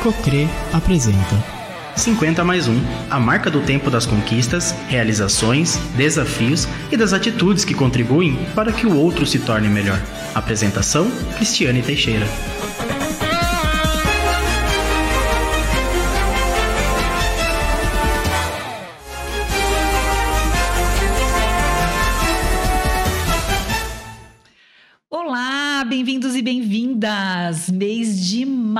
Cocre apresenta 50 mais 1, a marca do tempo das conquistas, realizações, desafios e das atitudes que contribuem para que o outro se torne melhor. Apresentação: Cristiane Teixeira. Olá, bem-vindos e bem-vindas! Mês de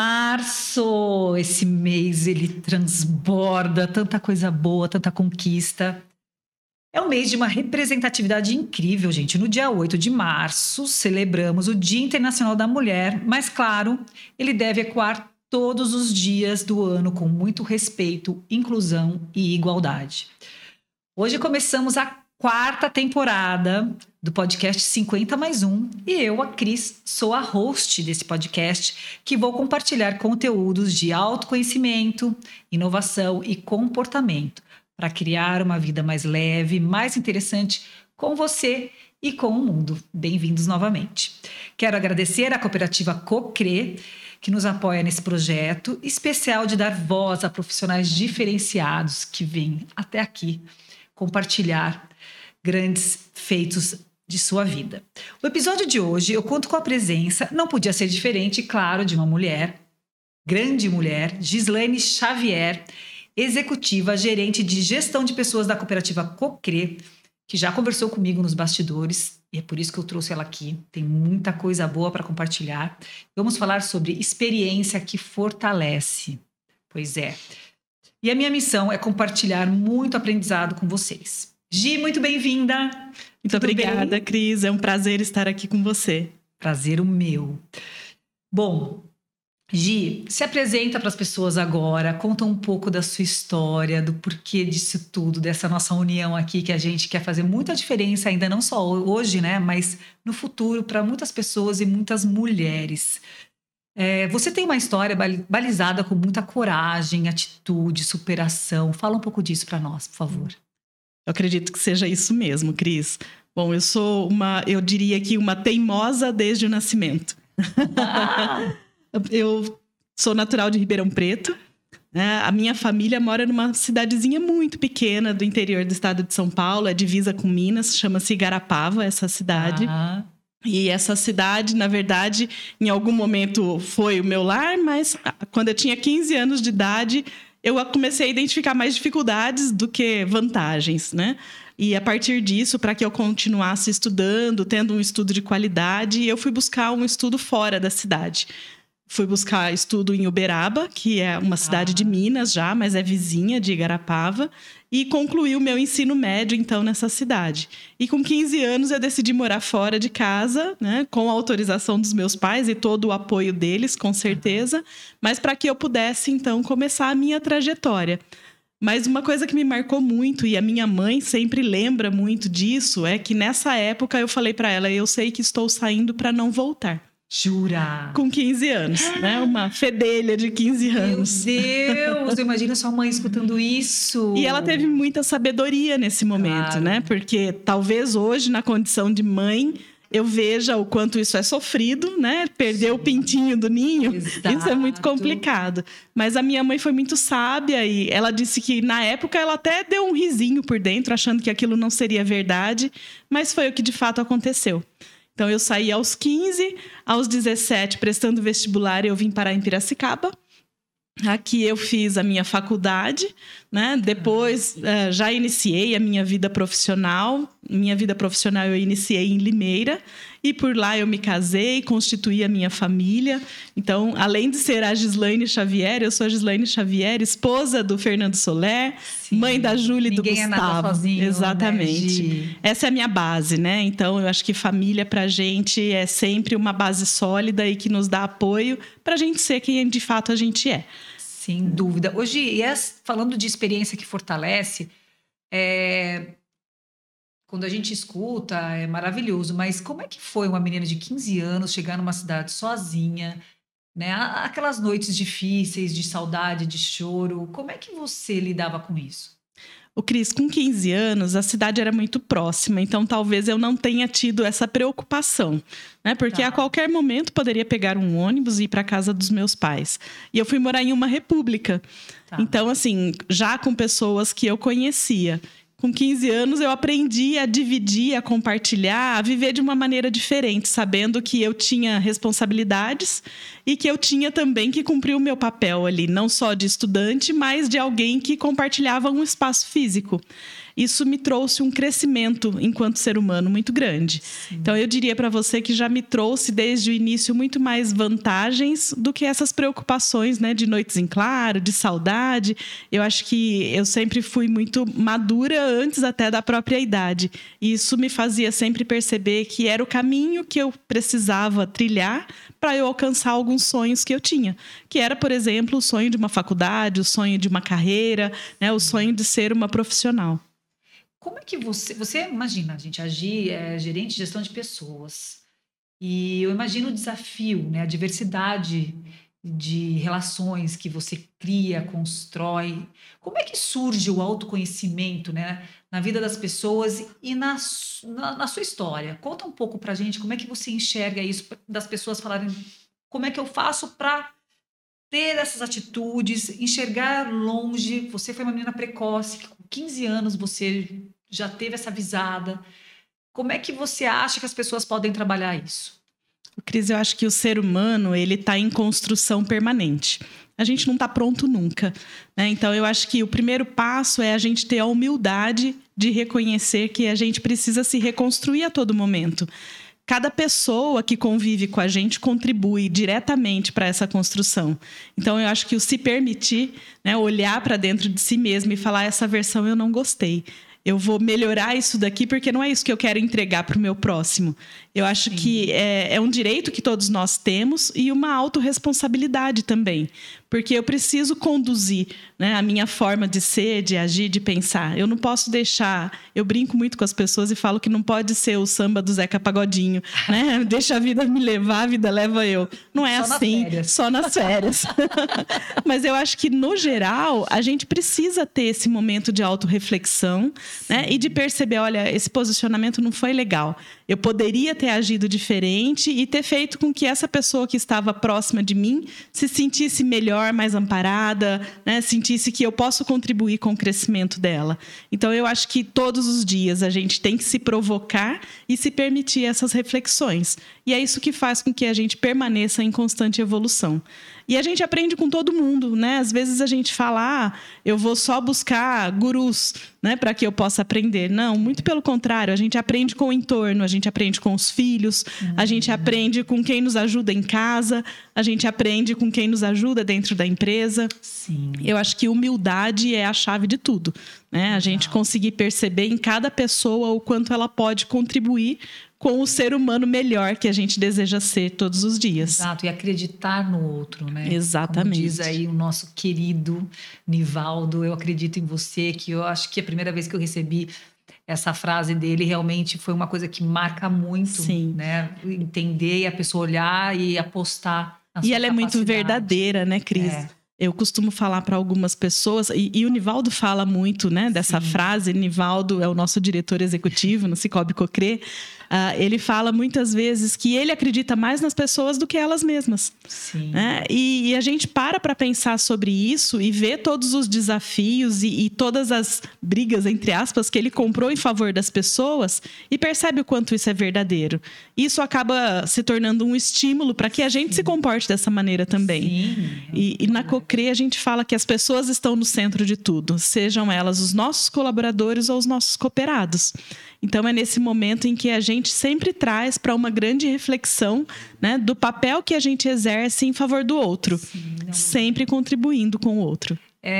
março! Esse mês ele transborda tanta coisa boa, tanta conquista. É um mês de uma representatividade incrível, gente. No dia 8 de março, celebramos o Dia Internacional da Mulher, mas, claro, ele deve ecoar todos os dias do ano com muito respeito, inclusão e igualdade. Hoje começamos a quarta temporada do podcast 50 mais 1 e eu, a Cris, sou a host desse podcast que vou compartilhar conteúdos de autoconhecimento, inovação e comportamento para criar uma vida mais leve, mais interessante com você e com o mundo. Bem-vindos novamente. Quero agradecer à cooperativa Cocre, que nos apoia nesse projeto especial de dar voz a profissionais diferenciados que vêm até aqui compartilhar grandes feitos de sua vida. O episódio de hoje eu conto com a presença, não podia ser diferente, claro, de uma mulher, grande mulher, Gislaine Xavier, executiva, gerente de gestão de pessoas da cooperativa Cocre, que já conversou comigo nos bastidores, e é por isso que eu trouxe ela aqui. Tem muita coisa boa para compartilhar. Vamos falar sobre experiência que fortalece. Pois é. E a minha missão é compartilhar muito aprendizado com vocês. Gi, muito bem-vinda. Muito obrigada, Cris. É um prazer estar aqui com você. Prazer o meu. Bom, Gi, se apresenta para as pessoas agora, conta um pouco da sua história, do porquê disso tudo, dessa nossa união aqui, que a gente quer fazer muita diferença, ainda não só hoje, né, mas no futuro, para muitas pessoas e muitas mulheres. Você tem uma história balizada com muita coragem, atitude, superação. Fala um pouco disso para nós, por favor. Eu acredito que seja isso mesmo, Cris. Bom, eu sou eu diria que uma teimosa desde o nascimento. Eu sou natural de Ribeirão Preto. A minha família mora numa cidadezinha muito pequena do interior do estado de São Paulo, é divisa com Minas, chama-se Igarapava, essa cidade. E essa cidade, na verdade, em algum momento foi o meu lar, mas quando eu tinha 15 anos de idade, eu comecei a identificar mais dificuldades do que vantagens, né? E a partir disso, para que eu continuasse estudando, tendo um estudo de qualidade, eu fui buscar um estudo fora da cidade. Fui buscar estudo em Uberaba, que é uma cidade de Minas já, mas é vizinha de Igarapava, e concluí o meu ensino médio, então, nessa cidade. E com 15 anos eu decidi morar fora de casa, né, com a autorização dos meus pais e todo o apoio deles, com certeza, mas para que eu pudesse, então, começar a minha trajetória. Mas uma coisa que me marcou muito, e a minha mãe sempre lembra muito disso, é que nessa época eu falei para ela, eu sei que estou saindo para não voltar. Jura? Com 15 anos, né? Uma fedelha de 15 anos. Meu Deus, eu imagino sua mãe escutando isso. E ela teve muita sabedoria nesse momento, claro, né? Porque talvez hoje, na condição de mãe, eu veja o quanto isso é sofrido, né? Perder o pintinho do ninho, Exato. Isso é muito complicado. Mas a minha mãe foi muito sábia e ela disse que, na época, ela até deu um risinho por dentro, achando que aquilo não seria verdade, mas foi o que de fato aconteceu. Então, eu saí aos 15, aos 17, prestando vestibular, eu vim parar em Piracicaba. Aqui eu fiz a minha faculdade, né? Depois já iniciei a minha vida profissional. Minha vida profissional eu iniciei em Limeira e por lá eu me casei, constituí a minha família. Então, além de ser a Gislaine Xavier, eu sou a Gislaine Xavier, esposa do Fernando Soler, Sim. mãe da Júlia e do Gustavo. Ninguém é nada sozinho, Exatamente. Né, Essa é a minha base, né? Então, eu acho que família pra gente é sempre uma base sólida e que nos dá apoio pra gente ser quem de fato a gente é. Sem dúvida. Hoje, falando de experiência que fortalece, quando a gente escuta, é maravilhoso. Mas como é que foi uma menina de 15 anos chegar numa cidade sozinha, né? Aquelas noites difíceis, de saudade, de choro. Como é que você lidava com isso? O Cris, com 15 anos, a cidade era muito próxima, então talvez eu não tenha tido essa preocupação, né? Porque a qualquer momento poderia pegar um ônibus e ir para casa dos meus pais. E eu fui morar em uma república. Então, assim, já com pessoas que eu conhecia. Com 15 anos, eu aprendi a dividir, a compartilhar, a viver de uma maneira diferente, sabendo que eu tinha responsabilidades e que eu tinha também que cumprir o meu papel ali, não só de estudante, mas de alguém que compartilhava um espaço físico. Isso me trouxe um crescimento enquanto ser humano muito grande. Sim. Então, eu diria para você que já me trouxe desde o início muito mais vantagens do que essas preocupações, né, de noites em claro, de saudade. Eu acho que eu sempre fui muito madura antes até da própria idade. E isso me fazia sempre perceber que era o caminho que eu precisava trilhar para eu alcançar alguns sonhos que eu tinha. Que era, por exemplo, o sonho de uma faculdade, o sonho de uma carreira, né, o sonho de ser uma profissional. Como é que você imagina, a gente agir, gerente de gestão de pessoas, e eu imagino o desafio, né, a diversidade de relações que você cria, constrói. Como é que surge o autoconhecimento, né, na vida das pessoas e na sua história? Conta um pouco pra gente como é que você enxerga isso, das pessoas falarem, como é que eu faço para ter essas atitudes, enxergar longe. Você foi uma menina precoce, que com 15 anos você já teve essa visada. Como é que você acha que as pessoas podem trabalhar isso? Cris, eu acho que o ser humano, ele está em construção permanente. A gente não está pronto nunca, né? Então, eu acho que o primeiro passo é a gente ter a humildade de reconhecer que a gente precisa se reconstruir a todo momento. Cada pessoa que convive com a gente contribui diretamente para essa construção. Então, eu acho que o se permitir, né, olhar para dentro de si mesmo e falar, essa versão eu não gostei. Eu vou melhorar isso daqui porque não é isso que eu quero entregar para o meu próximo. Eu acho que é um direito que todos nós temos e uma autorresponsabilidade também. Porque eu preciso conduzir, né, a minha forma de ser, de agir, de pensar. Eu não posso deixar... Eu brinco muito com as pessoas e falo que não pode ser o samba do Zeca Pagodinho, né? Deixa a vida me levar, a vida leva eu. Não é só assim, só nas férias. Mas eu acho que, no geral, a gente precisa ter esse momento de autorreflexão, né? E de perceber, olha, esse posicionamento não foi legal. Eu poderia ter agido diferente e ter feito com que essa pessoa que estava próxima de mim se sentisse melhor, mais amparada, né? Sentisse que eu posso contribuir com o crescimento dela. Então, eu acho que todos os dias a gente tem que se provocar e se permitir essas reflexões. E é isso que faz com que a gente permaneça em constante evolução. E a gente aprende com todo mundo, né? Às vezes a gente fala, eu vou só buscar gurus, né, para que eu possa aprender. Não, muito pelo contrário, a gente aprende com o entorno, a gente aprende com os filhos, a gente aprende com quem nos ajuda em casa, a gente aprende com quem nos ajuda dentro da empresa. Sim. Eu acho que humildade é a chave de tudo, né? A gente conseguir perceber em cada pessoa o quanto ela pode contribuir com o ser humano melhor que a gente deseja ser todos os dias. Exato, e acreditar no outro, né? Exatamente. Como diz aí o nosso querido Nivaldo, eu acredito em você, que eu acho que a primeira vez que eu recebi essa frase dele realmente foi uma coisa que marca muito. Sim. Né? Entender e a pessoa olhar e apostar na sua E ela é muito verdadeira, né, Cris? Eu costumo falar para algumas pessoas, e o Nivaldo fala muito, né, dessa frase. Nivaldo é o nosso diretor executivo no Cicobi Cocrê. Ele fala muitas vezes que ele acredita mais nas pessoas do que elas mesmas. Sim. Né? E a gente para pensar sobre isso e ver todos os desafios e todas as brigas, entre aspas, que ele comprou em favor das pessoas e percebe o quanto isso é verdadeiro. Isso acaba se tornando um estímulo para que a gente se comporte dessa maneira também. Sim. E na Cocrê a gente fala que as pessoas estão no centro de tudo, sejam elas os nossos colaboradores ou os nossos cooperados. Então, é nesse momento em que a gente sempre traz para uma grande reflexão, né, do papel que a gente exerce em favor do outro, sempre contribuindo com o outro.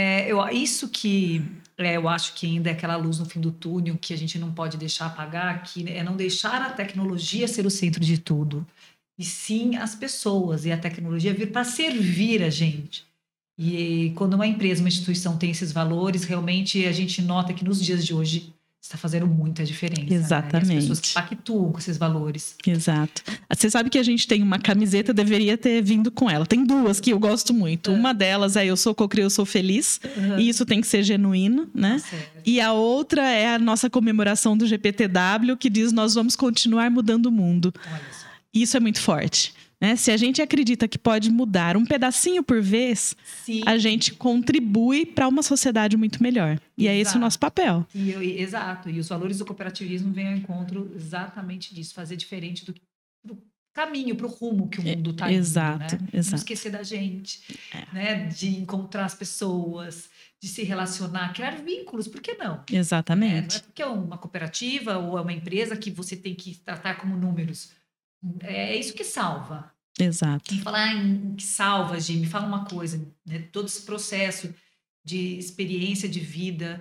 Isso que eu acho que ainda é aquela luz no fim do túnel que a gente não pode deixar apagar, que é não deixar a tecnologia ser o centro de tudo, e sim as pessoas e a tecnologia vir para servir a gente. E quando uma empresa, uma instituição tem esses valores, realmente a gente nota que nos dias de hoje está fazendo muita diferença. Exatamente. Né? E as pessoas que pactuam com esses valores. Exato. Você sabe que a gente tem uma camiseta, deveria ter vindo com ela. Tem duas que eu gosto muito. Uma delas é Eu Sou Co-Crio, Eu Sou Feliz. E isso tem que ser genuíno, né? E a outra é a nossa comemoração do GPTW, que diz: nós vamos continuar mudando o mundo. Olha só. Isso é muito forte. Né? Se a gente acredita que pode mudar um pedacinho por vez, Sim. a gente contribui para uma sociedade muito melhor. E é esse o nosso papel. Exato. E os valores do cooperativismo vêm ao encontro exatamente disso. Fazer diferente do caminho, para o rumo que o mundo está indo. Exato, Né? exato. Não esquecer da gente. Né? De encontrar as pessoas, de se relacionar, criar vínculos. Por que não? Exatamente. Não é porque é uma cooperativa ou é uma empresa que você tem que tratar como números. É isso que salva. Exato. Em falar em que salva, Gi, me fala uma coisa, né? Todo esse processo de experiência de vida,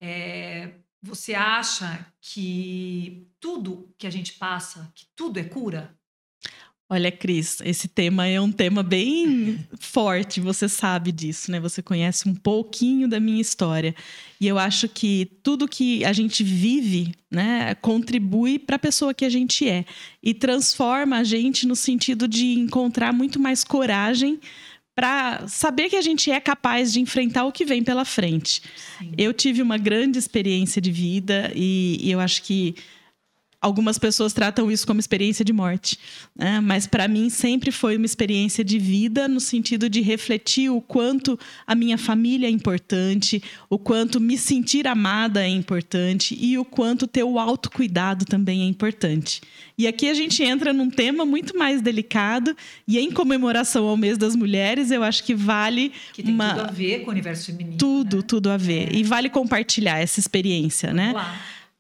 você acha que tudo que a gente passa, que tudo é cura? Olha, Cris, esse tema é um tema bem forte, você sabe disso, né? Você conhece um pouquinho da minha história. E eu acho que tudo que a gente vive, né, contribui para a pessoa que a gente é. E transforma a gente no sentido de encontrar muito mais coragem para saber que a gente é capaz de enfrentar o que vem pela frente. Sim. Eu tive uma grande experiência de vida e eu acho que algumas pessoas tratam isso como experiência de morte, né? Mas para mim sempre foi uma experiência de vida no sentido de refletir o quanto a minha família é importante, o quanto me sentir amada é importante e o quanto ter o autocuidado também é importante. E aqui a gente entra num tema muito mais delicado e em comemoração ao Mês das Mulheres, eu acho que vale... Que tem tudo a ver com o universo feminino. Tudo a ver. E vale compartilhar essa experiência, né? Claro.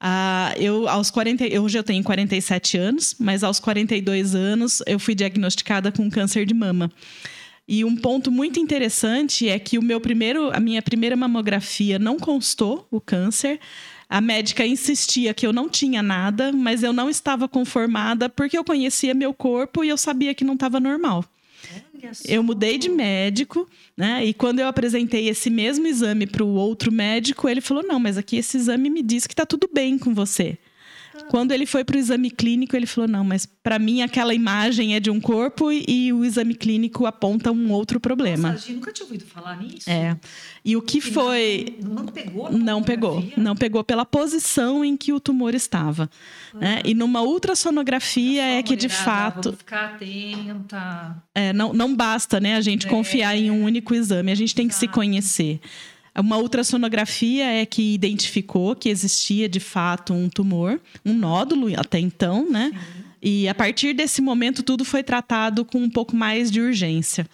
Hoje eu tenho 47 anos, mas aos 42 anos eu fui diagnosticada com câncer de mama. E um ponto muito interessante é que a minha primeira mamografia não constou o câncer. A médica insistia que eu não tinha nada, mas eu não estava conformada porque eu conhecia meu corpo e eu sabia que não estava normal. Eu mudei de médico, né? E quando eu apresentei esse mesmo exame para o outro médico, ele falou: não, mas aqui esse exame me diz que está tudo bem com você. Quando ele foi para o exame clínico, ele falou: não, mas para mim aquela imagem é de um corpo e o exame clínico aponta um outro problema. Nossa, nunca tinha ouvido falar nisso. E o que foi... Não pegou? Não pegou pela posição em que o tumor estava. Né? E numa ultrassonografia é que de fato... Vamos ficar atenta. Não basta, né, a gente confiar em um único exame, a gente tem que se conhecer. Uma ultrassonografia é que identificou que existia, de fato, um tumor, um nódulo até então, né? Sim. E a partir desse momento, tudo foi tratado com um pouco mais de urgência.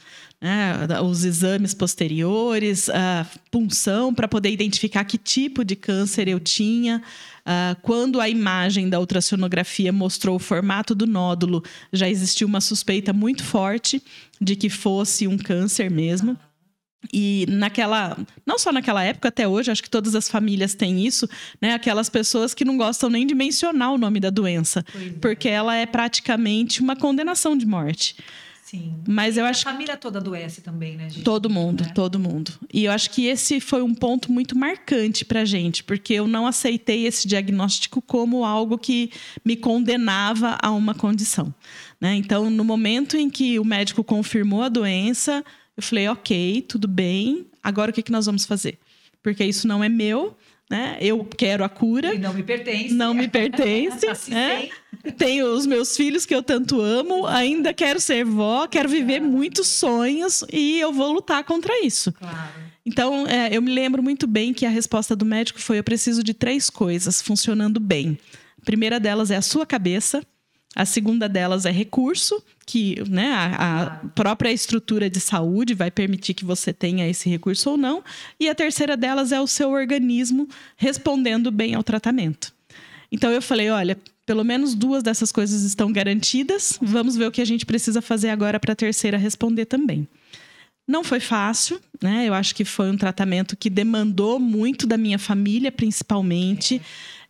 Os exames posteriores, a punção para poder identificar que tipo de câncer eu tinha. Quando a imagem da ultrassonografia mostrou o formato do nódulo, já existia uma suspeita muito forte de que fosse um câncer mesmo. E não só naquela época, até hoje, acho que todas as famílias têm isso, né? Aquelas pessoas que não gostam nem de mencionar o nome da doença, porque ela é praticamente uma condenação de morte. Sim. Mas eu acho a família toda adoece também, né, gente? Todo mundo. E eu acho que esse foi um ponto muito marcante pra gente, porque eu não aceitei esse diagnóstico como algo que me condenava a uma condição, né? Então, no momento em que o médico confirmou a doença, eu falei: ok, tudo bem, agora o que nós vamos fazer? Porque isso não é meu, né? Eu quero a cura. E não me pertence. Não me pertence. Assim, né? Tenho os meus filhos que eu tanto amo, ainda quero ser vó, quero viver muitos sonhos e eu vou lutar contra isso. Claro. Então, eu me lembro muito bem que a resposta do médico foi: eu preciso de 3 coisas funcionando bem. A primeira delas é a sua cabeça. A segunda delas é recurso, que, né, a própria estrutura de saúde vai permitir que você tenha esse recurso ou não. E a terceira delas é o seu organismo respondendo bem ao tratamento. Então eu falei: olha, pelo menos 2 dessas coisas estão garantidas. Vamos ver o que a gente precisa fazer agora para a terceira responder também. Não foi fácil, né? Eu acho que foi um tratamento que demandou muito da minha família, principalmente.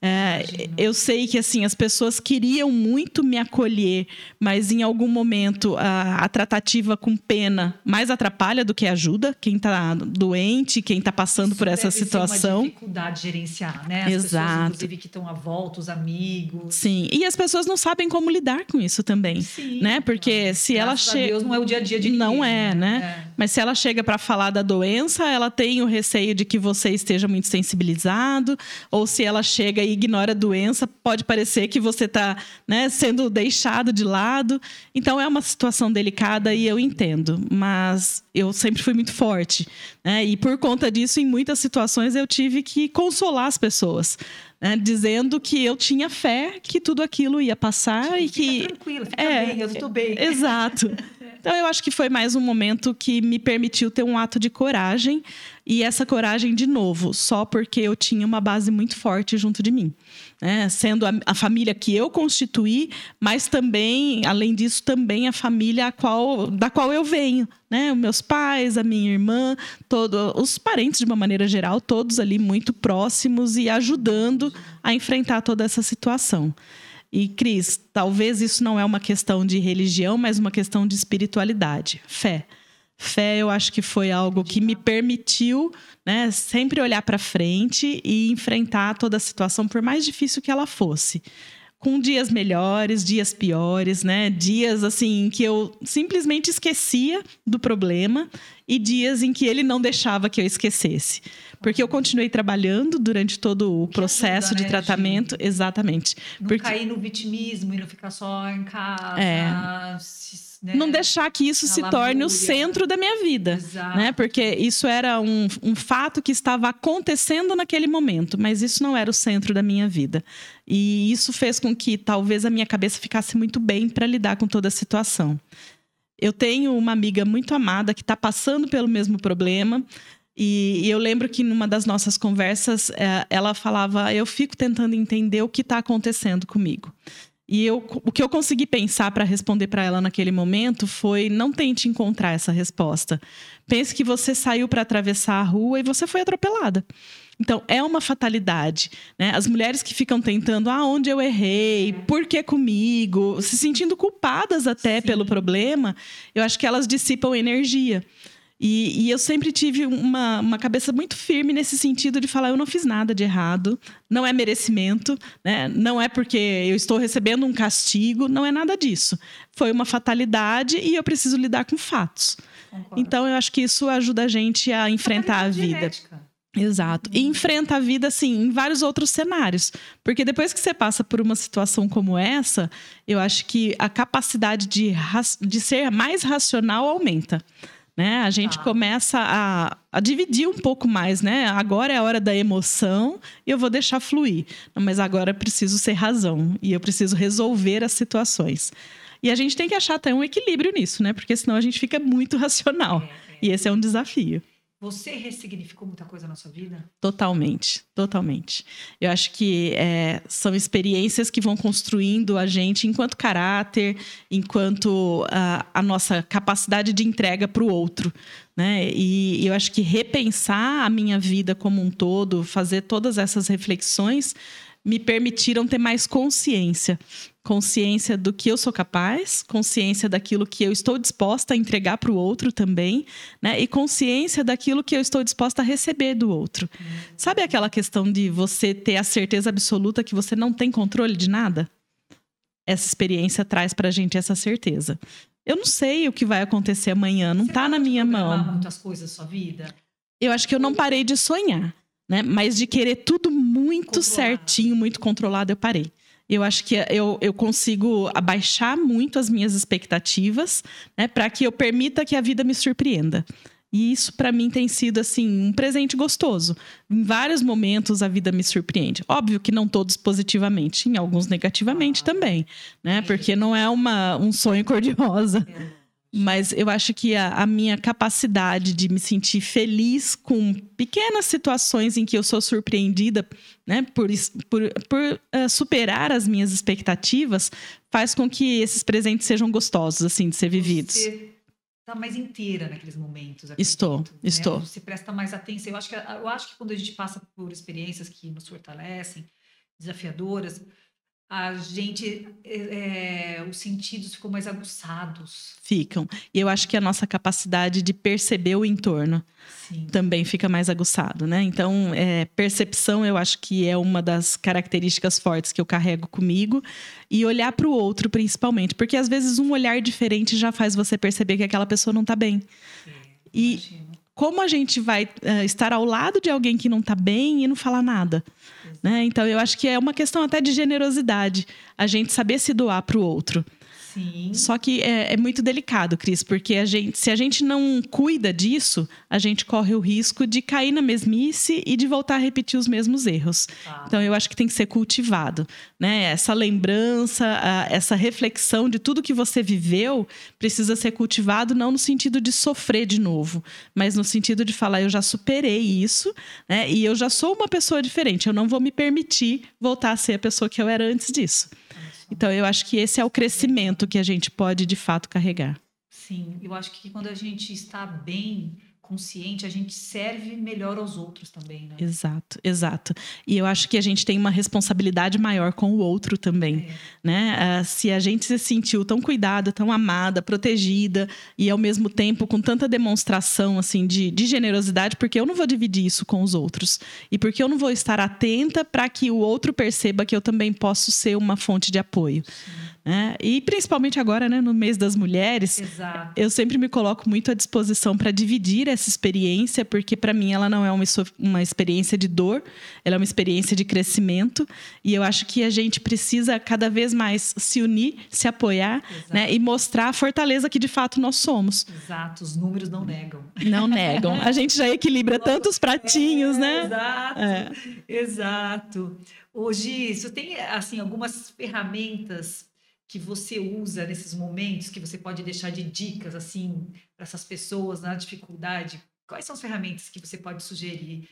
Eu sei que assim, as pessoas queriam muito me acolher, mas em algum momento a tratativa com pena mais atrapalha do que ajuda. Quem está doente, quem está passando por essa situação. Uma dificuldade de gerenciar, né? As Exato. pessoas, inclusive, que estão à volta, os amigos. Sim, e as pessoas não sabem como lidar com isso também. Sim, né? Porque se ela chega. Deus, não é o dia a dia de ninguém. Não é, né? Mas se ela chega para falar da doença, ela tem o receio de que você esteja muito sensibilizado, ou se ela chega e ignora a doença, pode parecer que você está, né, sendo deixado de lado. Então é uma situação delicada e eu entendo, mas eu sempre fui muito forte, né? E por conta disso, em muitas situações eu tive que consolar as pessoas, né, dizendo que eu tinha fé que tudo aquilo ia passar e que fica tranquila, fica bem, eu estou bem. Exato. Então eu acho que foi mais um momento que me permitiu ter um ato de coragem, e essa coragem, de novo, só porque eu tinha uma base muito forte junto de mim, né? Sendo a família que eu constituí, mas também, além disso, também a família da qual eu venho, né? Os meus pais, a minha irmã, os parentes de uma maneira geral, todos ali muito próximos e ajudando a enfrentar toda essa situação. E, Cris, talvez isso não é uma questão de religião, mas uma questão de espiritualidade. Fé. Fé, eu acho que foi algo que me permitiu, né, sempre olhar para frente e enfrentar toda a situação, por mais difícil que ela fosse. Com dias melhores, dias piores, né? Dias assim em que eu simplesmente esquecia do problema e dias em que ele não deixava que eu esquecesse. Porque eu continuei trabalhando durante todo o processo de tratamento. Exatamente. Não cair no vitimismo e não ficar só em casa. Né? Não deixar que isso se torne o centro da minha vida. Né? Porque isso era um fato que estava acontecendo naquele momento, mas isso não era o centro da minha vida. E isso fez com que talvez a minha cabeça ficasse muito bem para lidar com toda a situação. Eu tenho uma amiga muito amada que está passando pelo mesmo problema. E eu lembro que numa das nossas conversas, ela falava: eu fico tentando entender o que está acontecendo comigo. E o que eu consegui pensar para responder para ela naquele momento foi: não tente encontrar essa resposta. Pense que você saiu para atravessar a rua e você foi atropelada. Então, é uma fatalidade, né? As mulheres que ficam tentando: onde eu errei, por que comigo, se sentindo culpadas até pelo problema, eu acho que elas dissipam energia. E eu sempre tive uma cabeça muito firme nesse sentido de falar: eu não fiz nada de errado, não é merecimento, né? Não é porque eu estou recebendo um castigo, não é nada disso. Foi uma fatalidade e eu preciso lidar com fatos. Concordo. Então, eu acho que isso ajuda a gente a enfrentar a vida. Genética. Exato. E enfrenta a vida, assim, em vários outros cenários. Porque depois que você passa por uma situação como essa, eu acho que a capacidade de ser mais racional aumenta. Né? A gente começa a dividir um pouco mais, né? Agora é a hora da emoção e eu vou deixar fluir. Não, mas agora eu preciso ser razão e eu preciso resolver as situações. E a gente tem que achar até um equilíbrio nisso, né? Porque senão a gente fica muito racional. E esse é um desafio. Você ressignificou muita coisa na sua vida? Totalmente, totalmente. Eu acho que são experiências que vão construindo a gente enquanto caráter, enquanto a nossa capacidade de entrega para o outro, né? E eu acho que repensar a minha vida como um todo, fazer todas essas reflexões, me permitiram ter mais consciência. Consciência do que eu sou capaz, consciência daquilo que eu estou disposta a entregar para o outro também, né? E consciência daquilo que eu estou disposta a receber do outro. Sabe aquela questão de você ter a certeza absoluta que você não tem controle de nada? Essa experiência traz para a gente essa certeza. Eu não sei o que vai acontecer amanhã, não está na minha mão. Muitas coisas da sua vida? Eu acho que eu não parei de sonhar, né? Mas de querer tudo muito certinho, muito controlado, eu parei. Eu acho que eu consigo abaixar muito as minhas expectativas, né, para que eu permita que a vida me surpreenda. E isso, para mim, tem sido assim, um presente gostoso. Em vários momentos, a vida me surpreende. Óbvio que não todos positivamente, em alguns negativamente também, né? Porque não é um sonho cor-de-rosa. Mas eu acho que a minha capacidade de me sentir feliz com pequenas situações em que eu sou surpreendida, né, por superar as minhas expectativas, faz com que esses presentes sejam gostosos, assim, de ser vividos. Você está mais inteira naqueles momentos. Estou. Você presta mais atenção. Eu acho que quando a gente passa por experiências que nos fortalecem, desafiadoras, os sentidos ficam mais aguçados. Ficam. E eu acho que a nossa capacidade de perceber o entorno também fica mais aguçado, né? Então, percepção eu acho que é uma das características fortes que eu carrego comigo. E olhar para o outro, principalmente. Porque, às vezes, um olhar diferente já faz você perceber que aquela pessoa não está bem. Como a gente vai estar ao lado de alguém que não está bem e não falar nada? Né? Então, eu acho que é uma questão até de generosidade. A gente saber se doar para o outro. Sim. Só que é muito delicado, Cris, porque se a gente não cuida disso, a gente corre o risco de cair na mesmice e de voltar a repetir os mesmos erros. Então, eu acho que tem que ser cultivado, né? Essa lembrança, essa reflexão de tudo que você viveu precisa ser cultivado, não no sentido de sofrer de novo, mas no sentido de falar, eu já superei isso, né? E eu já sou uma pessoa diferente, eu não vou me permitir voltar a ser a pessoa que eu era antes disso. Então, eu acho que esse é o crescimento que a gente pode, de fato, carregar. Sim, eu acho que quando a gente está bem, consciente, a gente serve melhor aos outros também, né? Exato, exato. E eu acho que a gente tem uma responsabilidade maior com o outro também, né? Se a gente se sentiu tão cuidada, tão amada, protegida e, ao mesmo tempo, com tanta demonstração, assim, de generosidade, porque eu não vou dividir isso com os outros. E porque eu não vou estar atenta para que o outro perceba que eu também posso ser uma fonte de apoio. Né? E principalmente agora, né, no mês das mulheres, Exato. Eu sempre me coloco muito à disposição para dividir essa experiência, porque para mim ela não é uma experiência de dor, ela é uma experiência de crescimento, e eu acho que a gente precisa cada vez mais se unir, se apoiar, né, e mostrar a fortaleza que de fato nós somos. Exato, os números não negam. Não negam. A gente já equilibra tantos pratinhos, né? Exato. Hoje, você tem assim, algumas ferramentas que você usa nesses momentos, que você pode deixar de dicas assim para essas pessoas na dificuldade? Quais são as ferramentas que você pode sugerir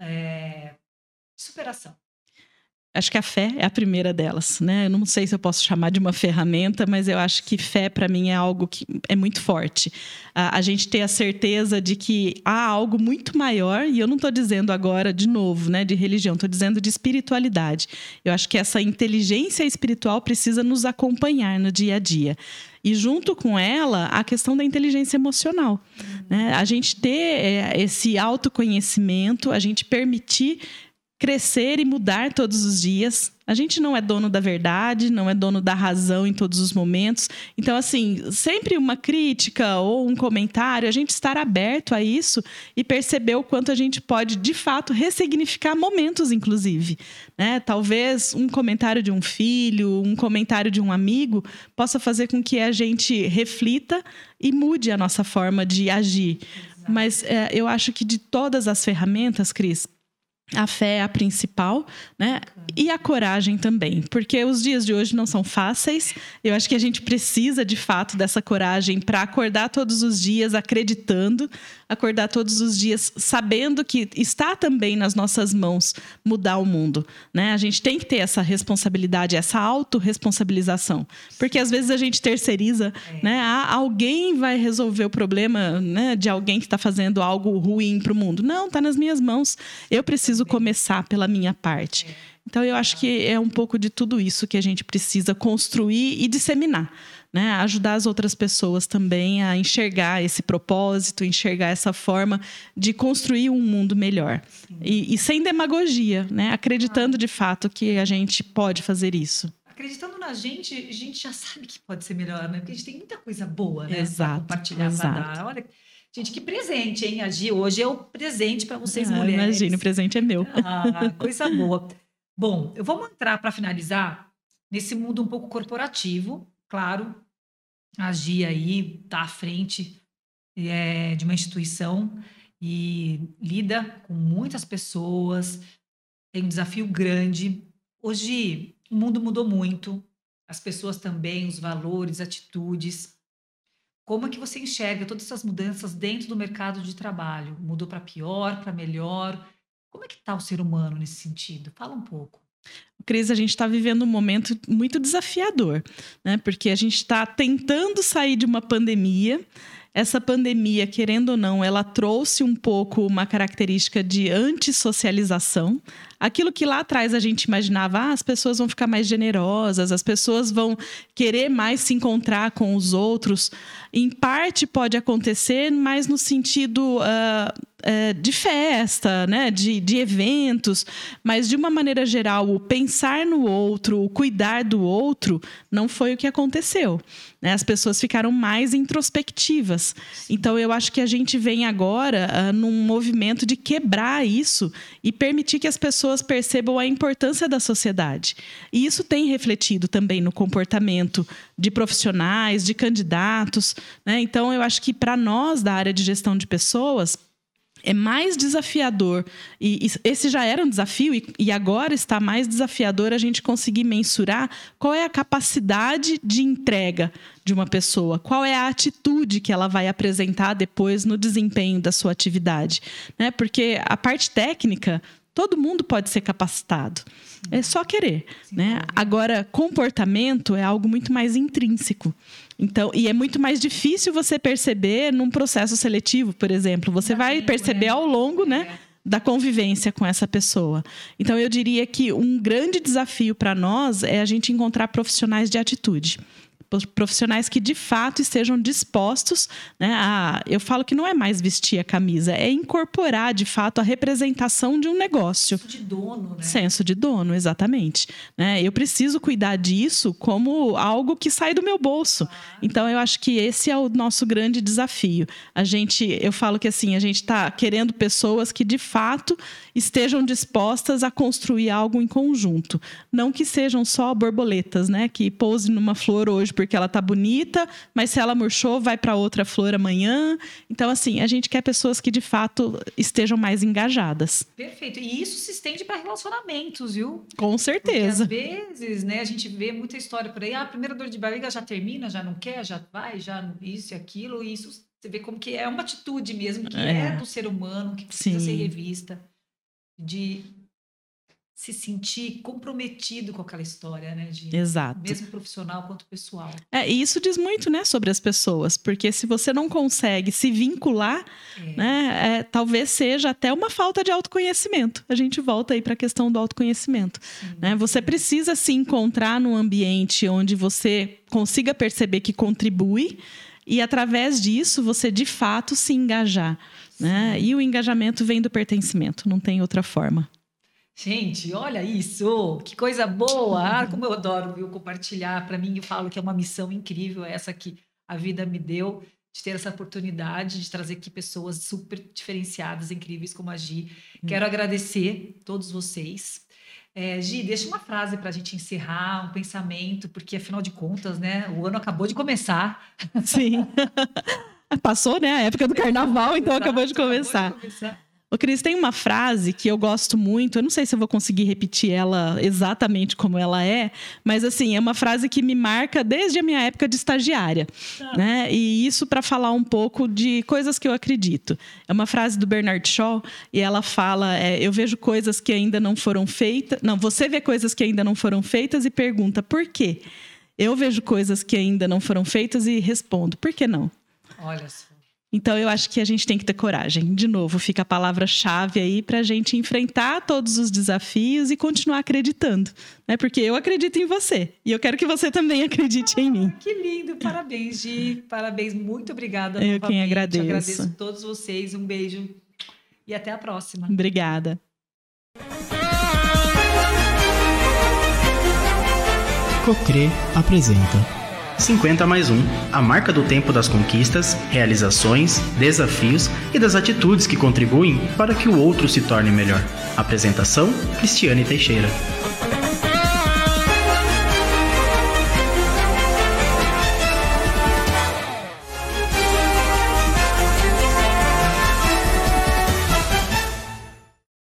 de superação? Acho que a fé é a primeira delas, né? Eu não sei se eu posso chamar de uma ferramenta, mas eu acho que fé, para mim, é algo que é muito forte. A gente ter a certeza de que há algo muito maior, e eu não estou dizendo agora, de novo, né, de religião, estou dizendo de espiritualidade. Eu acho que essa inteligência espiritual precisa nos acompanhar no dia a dia. E junto com ela, a questão da inteligência emocional. Né? A gente ter esse autoconhecimento, a gente permitir crescer e mudar todos os dias. A gente não é dono da verdade, não é dono da razão em todos os momentos. Então, assim, sempre uma crítica ou um comentário, a gente estar aberto a isso e perceber o quanto a gente pode, de fato, ressignificar momentos, inclusive. Né? Talvez um comentário de um filho, um comentário de um amigo possa fazer com que a gente reflita e mude a nossa forma de agir. Exato. Mas eu acho que de todas as ferramentas, Cris, a fé é a principal, né? E a coragem também, porque os dias de hoje não são fáceis. Eu acho que a gente precisa, de fato, dessa coragem para acordar todos os dias acreditando, acordar todos os dias sabendo que está também nas nossas mãos mudar o mundo, né? A gente tem que ter essa responsabilidade, essa autorresponsabilização, porque às vezes a gente terceiriza, né? Alguém vai resolver o problema, né, de alguém que está fazendo algo ruim para o mundo. Não, está nas minhas mãos. Eu preciso começar pela minha parte. Então, eu acho que é um pouco de tudo isso que a gente precisa construir e disseminar, né? Ajudar as outras pessoas também a enxergar esse propósito, enxergar essa forma de construir um mundo melhor. E sem demagogia, né? Acreditando de fato que a gente pode fazer isso. Acreditando na gente, a gente já sabe que pode ser melhor, né? Porque a gente tem muita coisa boa, né? Exato, para compartilhar, para dar. Olha, gente, que presente, hein? A Gi hoje é o presente para vocês, mulheres. Imagina, o presente é meu. Coisa boa. Bom, vamos entrar para finalizar nesse mundo um pouco corporativo, claro. A Gi aí está à frente de uma instituição e lida com muitas pessoas, tem um desafio grande. Hoje o mundo mudou muito, as pessoas também, os valores, atitudes. Como é que você enxerga todas essas mudanças dentro do mercado de trabalho? Mudou para pior, para melhor? Como é que está o ser humano nesse sentido? Fala um pouco. Cris, a gente está vivendo um momento muito desafiador, né? Porque a gente está tentando sair de uma pandemia. essa pandemia, querendo ou não, ela trouxe um pouco uma característica de antissocialização. Aquilo que lá atrás a gente imaginava, as pessoas vão ficar mais generosas, as pessoas vão querer mais se encontrar com os outros. Em parte pode acontecer, mas no sentido de festa, né? de eventos, mas de uma maneira geral, o pensar no outro, o cuidar do outro, não foi o que aconteceu. Né? As pessoas ficaram mais introspectivas. Então, eu acho que a gente vem agora num movimento de quebrar isso e permitir que as pessoas percebam a importância da sociedade. E isso tem refletido também no comportamento de profissionais, de candidatos. Né? Então, eu acho que para nós, da área de gestão de pessoas, é mais desafiador, e esse já era um desafio, e agora está mais desafiador a gente conseguir mensurar qual é a capacidade de entrega de uma pessoa, qual é a atitude que ela vai apresentar depois no desempenho da sua atividade. Né? Porque a parte técnica, todo mundo pode ser capacitado. É só querer. Né? Agora, comportamento é algo muito mais intrínseco. Então, e é muito mais difícil você perceber num processo seletivo, por exemplo. Você vai perceber ao longo, né, da convivência com essa pessoa. Então, eu diria que um grande desafio para nós é a gente encontrar profissionais de atitude. Profissionais que de fato estejam dispostos, né, eu falo que não é mais vestir a camisa, é incorporar de fato a representação de um negócio. Senso de dono, né? Senso de dono, exatamente. Né? Eu preciso cuidar disso como algo que sai do meu bolso. Então, eu acho que esse é o nosso grande desafio. Eu falo que assim, a gente está querendo pessoas que de fato estejam dispostas a construir algo em conjunto. Não que sejam só borboletas, né, que pousem numa flor hoje porque ela tá bonita, mas se ela murchou, vai para outra flor amanhã. Então, assim, a gente quer pessoas que, de fato, estejam mais engajadas. Perfeito. E isso se estende para relacionamentos, viu? Com certeza. Porque, às vezes, né, a gente vê muita história por aí. A primeira dor de barriga já termina, já não quer, já vai, já isso e aquilo. E isso, você vê como que é uma atitude mesmo, que é do ser humano, que precisa ser revista. De se sentir comprometido com aquela história, né? Exato. Mesmo profissional quanto pessoal. E isso diz muito, né, sobre as pessoas, porque se você não consegue se vincular, né, talvez seja até uma falta de autoconhecimento. A gente volta aí para a questão do autoconhecimento. Né? Você precisa se encontrar num ambiente onde você consiga perceber que contribui e, através disso, você de fato se engajar. Né? E o engajamento vem do pertencimento, não tem outra forma. Gente, olha isso, que coisa boa, como eu adoro, viu, compartilhar. Para mim, eu falo que é uma missão incrível essa que a vida me deu, de ter essa oportunidade de trazer aqui pessoas super diferenciadas, incríveis como a Gi. Quero agradecer a todos vocês. Gi, deixa uma frase para a gente encerrar, um pensamento, porque afinal de contas, né, o ano acabou de começar. Sim, passou, né, a época do carnaval, então acabou de começar. Ô, Cris, tem uma frase que eu gosto muito, eu não sei se eu vou conseguir repetir ela exatamente como ela é, mas assim, é uma frase que me marca desde a minha época de estagiária, né? E isso para falar um pouco de coisas que eu acredito. É uma frase do Bernard Shaw e ela fala, eu vejo coisas que ainda não foram feitas, você vê coisas que ainda não foram feitas e pergunta, por quê? Eu vejo coisas que ainda não foram feitas e respondo, por que não? Olha só. Então, eu acho que a gente tem que ter coragem. De novo, fica a palavra-chave aí para a gente enfrentar todos os desafios e continuar acreditando. Né? Porque eu acredito em você. E eu quero que você também acredite em mim. Que lindo. Parabéns, Gi. Parabéns. Muito obrigada. Eu quem agradeço. Agradeço a todos vocês. Um beijo. E até a próxima. Obrigada. Cocre apresenta 50 mais 1, a marca do tempo das conquistas, realizações, desafios e das atitudes que contribuem para que o outro se torne melhor. Apresentação: Cristiane Teixeira.